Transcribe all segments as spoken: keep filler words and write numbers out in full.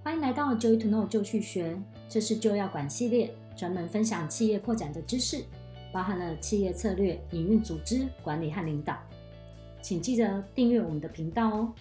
欢迎来到 Joy to Know 就去学，这是就要管系列，专门分享企业扩展的知识，包含了企业策略、营运、组织管理和领导。请记得订阅我们的频道哦。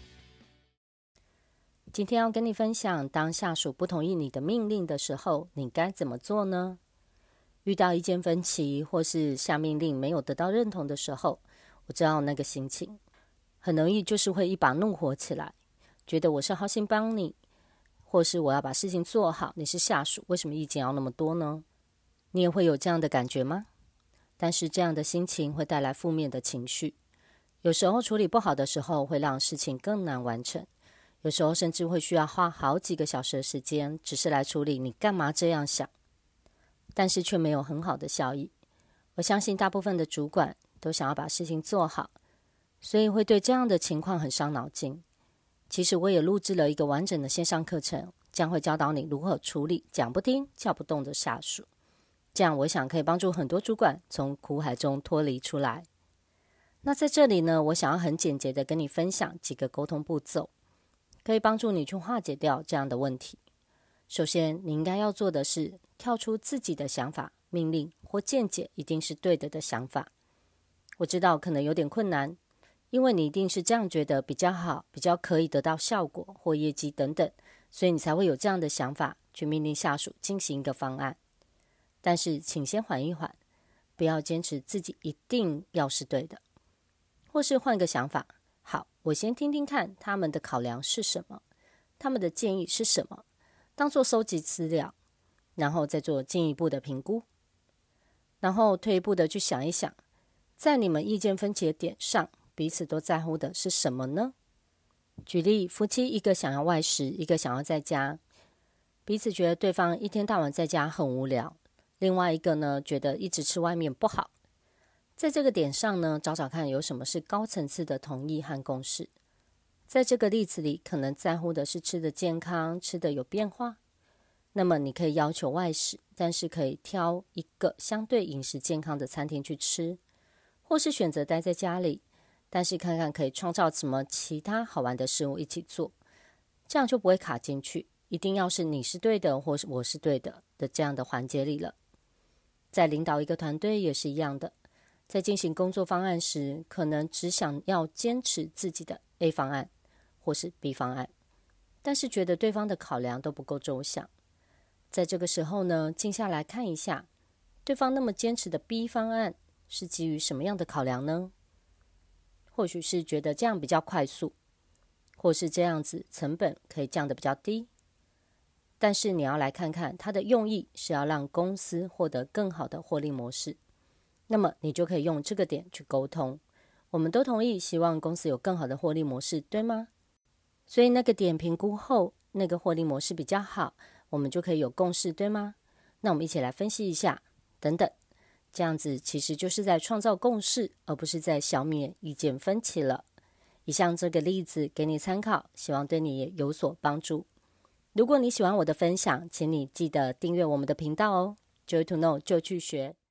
今天要跟你分享，当下属不同意你的命令的时候，你该怎么做呢？遇到意见分歧或是下命令没有得到认同的时候，我知道那个心情很容易就是会一把怒火起来，觉得我是好心帮你，或是我要把事情做好，你是下属，为什么意见要那么多呢？你也会有这样的感觉吗？但是这样的心情会带来负面的情绪，有时候处理不好的时候会让事情更难完成，有时候甚至会需要花好几个小时的时间，只是来处理你干嘛这样想，但是却没有很好的效益。我相信大部分的主管都想要把事情做好，所以会对这样的情况很伤脑筋。其实我也录制了一个完整的线上课程，将会教导你如何处理讲不听、叫不动的下属。这样我想可以帮助很多主管从苦海中脱离出来。那在这里呢，我想要很简洁的跟你分享几个沟通步骤，可以帮助你去化解掉这样的问题。首先，你应该要做的是跳出自己的想法、命令或见解一定是对的的想法。我知道可能有点困难，因为你一定是这样觉得比较好，比较可以得到效果或业绩等等，所以你才会有这样的想法去命令下属进行一个方案。但是请先缓一缓，不要坚持自己一定要是对的，或是换个想法。好，我先听听看他们的考量是什么，他们的建议是什么，当作收集资料，然后再做进一步的评估，然后退一步的去想一想，在你们意见分歧的点上，彼此都在乎的是什么呢？举例，夫妻一个想要外食，一个想要在家，彼此觉得对方一天到晚在家很无聊，另外一个呢，觉得一直吃外面不好。在这个点上呢，找找看有什么是高层次的同意和共识。在这个例子里，可能在乎的是吃的健康，吃的有变化。那么你可以要求外食，但是可以挑一个相对饮食健康的餐厅去吃，或是选择待在家里，但是看看可以创造什么其他好玩的事物一起做，这样就不会卡进去一定要是你是对的或是我是对的的这样的环节里了。在领导一个团队也是一样的，在进行工作方案时，可能只想要坚持自己的 A 方案或是 B 方案，但是觉得对方的考量都不够周详。在这个时候呢，静下来看一下，对方那么坚持的 B 方案是基于什么样的考量呢？或许是觉得这样比较快速，或是这样子成本可以降得比较低。但是你要来看看它的用意是要让公司获得更好的获利模式，那么你就可以用这个点去沟通。我们都同意希望公司有更好的获利模式，对吗？所以那个点评估后，那个获利模式比较好，我们就可以有共识，对吗？那我们一起来分析一下，等等。这样子其实就是在创造共识，而不是在消灭意见分歧了。以上这个例子给你参考，希望对你也有所帮助。如果你喜欢我的分享，请你记得订阅我们的频道哦。Joy to Know 就去学。